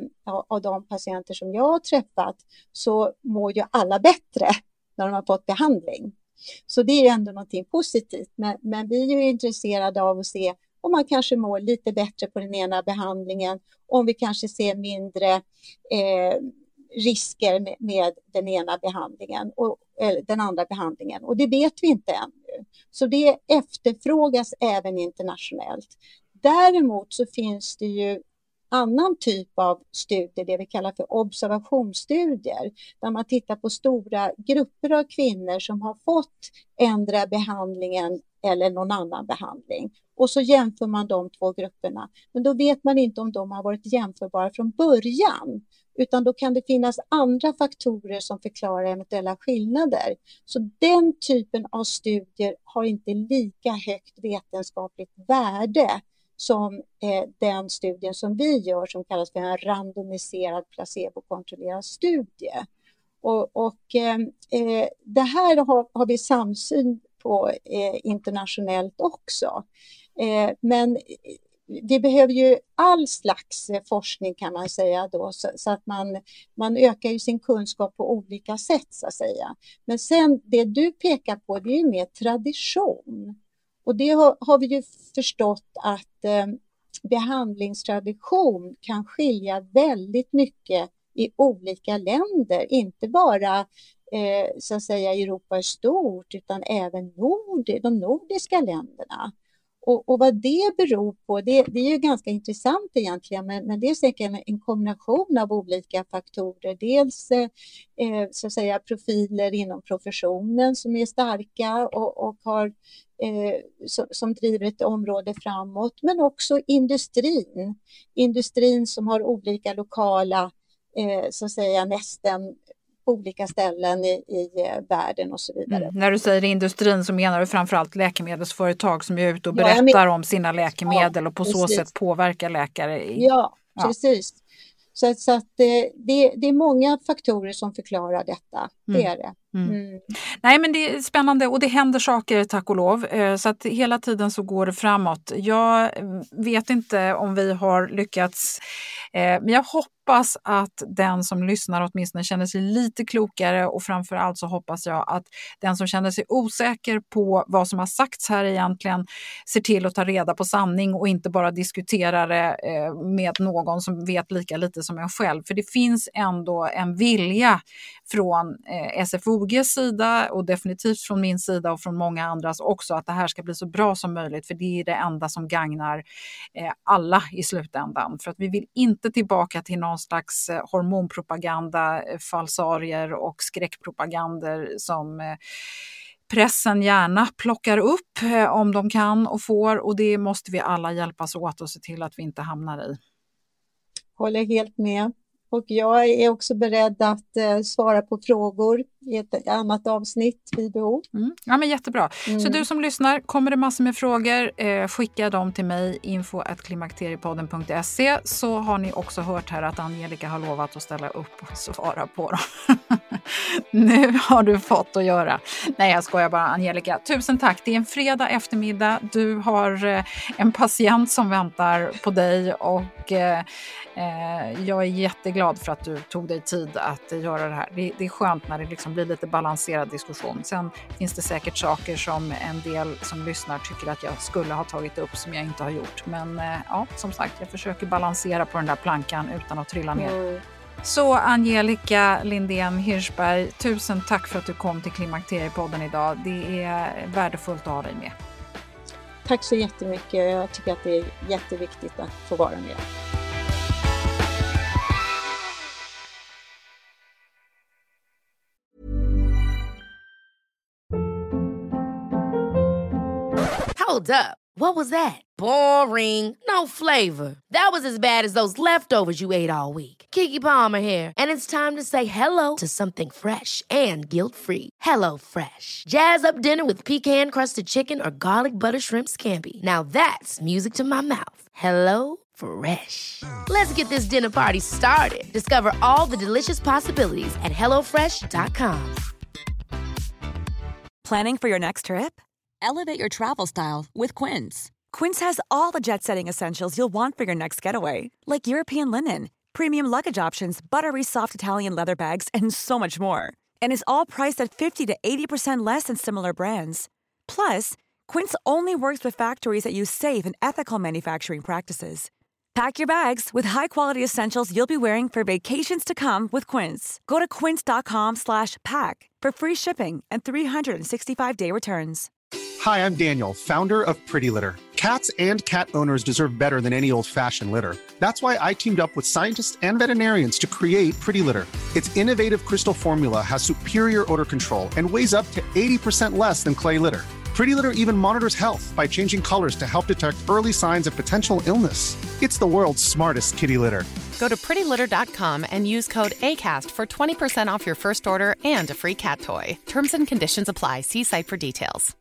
av de patienter som jag har träffat så mår ju alla bättre när de har fått behandling. Så det är ju ändå någonting positivt. Men vi är ju intresserade av att se om man kanske mår lite bättre på den ena behandlingen, om vi kanske ser mindre risker med den ena behandlingen eller den andra behandlingen. Och det vet vi inte ännu. Så det efterfrågas även internationellt. Däremot så finns det ju annan typ av studier, det vi kallar för observationsstudier, där man tittar på stora grupper av kvinnor som har fått ändra behandlingen eller någon annan behandling. Och så jämför man de två grupperna. Men då vet man inte om de har varit jämförbara från början. Utan då kan det finnas andra faktorer som förklarar eventuella skillnader. Så den typen av studier har inte lika högt vetenskapligt värde som den studien som vi gör som kallas för en randomiserad placebokontrollerad studie. Och det här har vi samsyn på internationellt också. Men vi behöver ju all slags forskning kan man säga då, så att man ökar ju sin kunskap på olika sätt så att säga. Men sen det du pekar på, det är ju mer tradition. Och det har vi ju förstått att behandlingstradition kan skilja väldigt mycket i olika länder, inte bara så att säga Europa är stort utan även de nordiska länderna. Och vad det beror på, det är ju ganska intressant egentligen, men det är säkert en kombination av olika faktorer. Dels så att säga profiler inom professionen som är starka och har, som driver ett område framåt, men också industrin som har olika lokala så att säga nästen olika ställen i världen och så vidare. När du säger industrin så menar du framförallt läkemedelsföretag som är ute och berättar om sina läkemedel och på så sätt påverkar läkare. Ja, precis. Så att det är många faktorer som förklarar detta. Det är det. Nej, men det är spännande och det händer saker, tack och lov. Så att hela tiden så går det framåt. Jag vet inte om vi har lyckats, men jag hoppas att den som lyssnar åtminstone känner sig lite klokare, och framförallt så hoppas jag att den som känner sig osäker på vad som har sagts här egentligen ser till att ta reda på sanning och inte bara diskutera det med någon som vet lika lite som jag själv. För det finns ändå en vilja från SFOGs sida och definitivt från min sida och från många andras också att det här ska bli så bra som möjligt, för det är det enda som gagnar alla i slutändan. För att vi vill inte tillbaka till någon slags hormonpropaganda, falsarier och skräckpropagander som pressen gärna plockar upp om de kan och får, och det måste vi alla hjälpas åt och se till att vi inte hamnar i. Håller helt med. Och jag är också beredd att svara på frågor i ett annat avsnitt vid behov. Ja, men jättebra. Så du som lyssnar, kommer det massor med frågor, skicka dem till mig, info@klimakteriepodden.se, så har ni också hört här att Angelica har lovat att ställa upp och svara på dem. Nu har du fått att göra. Nej, jag skojar bara, Angelica. Tusen tack. Det är en fredag eftermiddag. Du har en patient som väntar på dig och jag är jätteglad för att du tog dig tid att göra det här. Det är skönt när det liksom blir lite balanserad diskussion. Sen finns det säkert saker som en del som lyssnar tycker att jag skulle ha tagit upp som jag inte har gjort. Men ja, som sagt, jag försöker balansera på den där plankan utan att trilla ner. Så Angelica Lindén Hirschberg, tusen tack för att du kom till Klimakteriepodden idag. Det är värdefullt att ha dig med. Tack så jättemycket. Jag tycker att det är jätteviktigt att få vara med. Hold up. What was that? Boring. No flavor. That was as bad as those leftovers you ate all week. Keke Palmer here, and it's time to say hello to something fresh and guilt-free. Hello Fresh. Jazz up dinner with pecan-crusted chicken or garlic butter shrimp scampi. Now that's music to my mouth. Hello Fresh. Let's get this dinner party started. Discover all the delicious possibilities at hellofresh.com. Planning for your next trip? Elevate your travel style with Quince. Quince has all the jet-setting essentials you'll want for your next getaway, like European linen, premium luggage options, buttery soft Italian leather bags, and so much more. And is all priced at 50 to 80% less than similar brands. Plus, Quince only works with factories that use safe and ethical manufacturing practices. Pack your bags with high-quality essentials you'll be wearing for vacations to come with Quince. Go to quince.com/pack for free shipping and 365-day returns. Hi, I'm Daniel, founder of Pretty Litter. Cats and cat owners deserve better than any old-fashioned litter. That's why I teamed up with scientists and veterinarians to create Pretty Litter. Its innovative crystal formula has superior odor control and weighs up to 80% less than clay litter. Pretty Litter even monitors health by changing colors to help detect early signs of potential illness. It's the world's smartest kitty litter. Go to prettylitter.com and use code ACAST for 20% off your first order and a free cat toy. Terms and conditions apply. See site for details.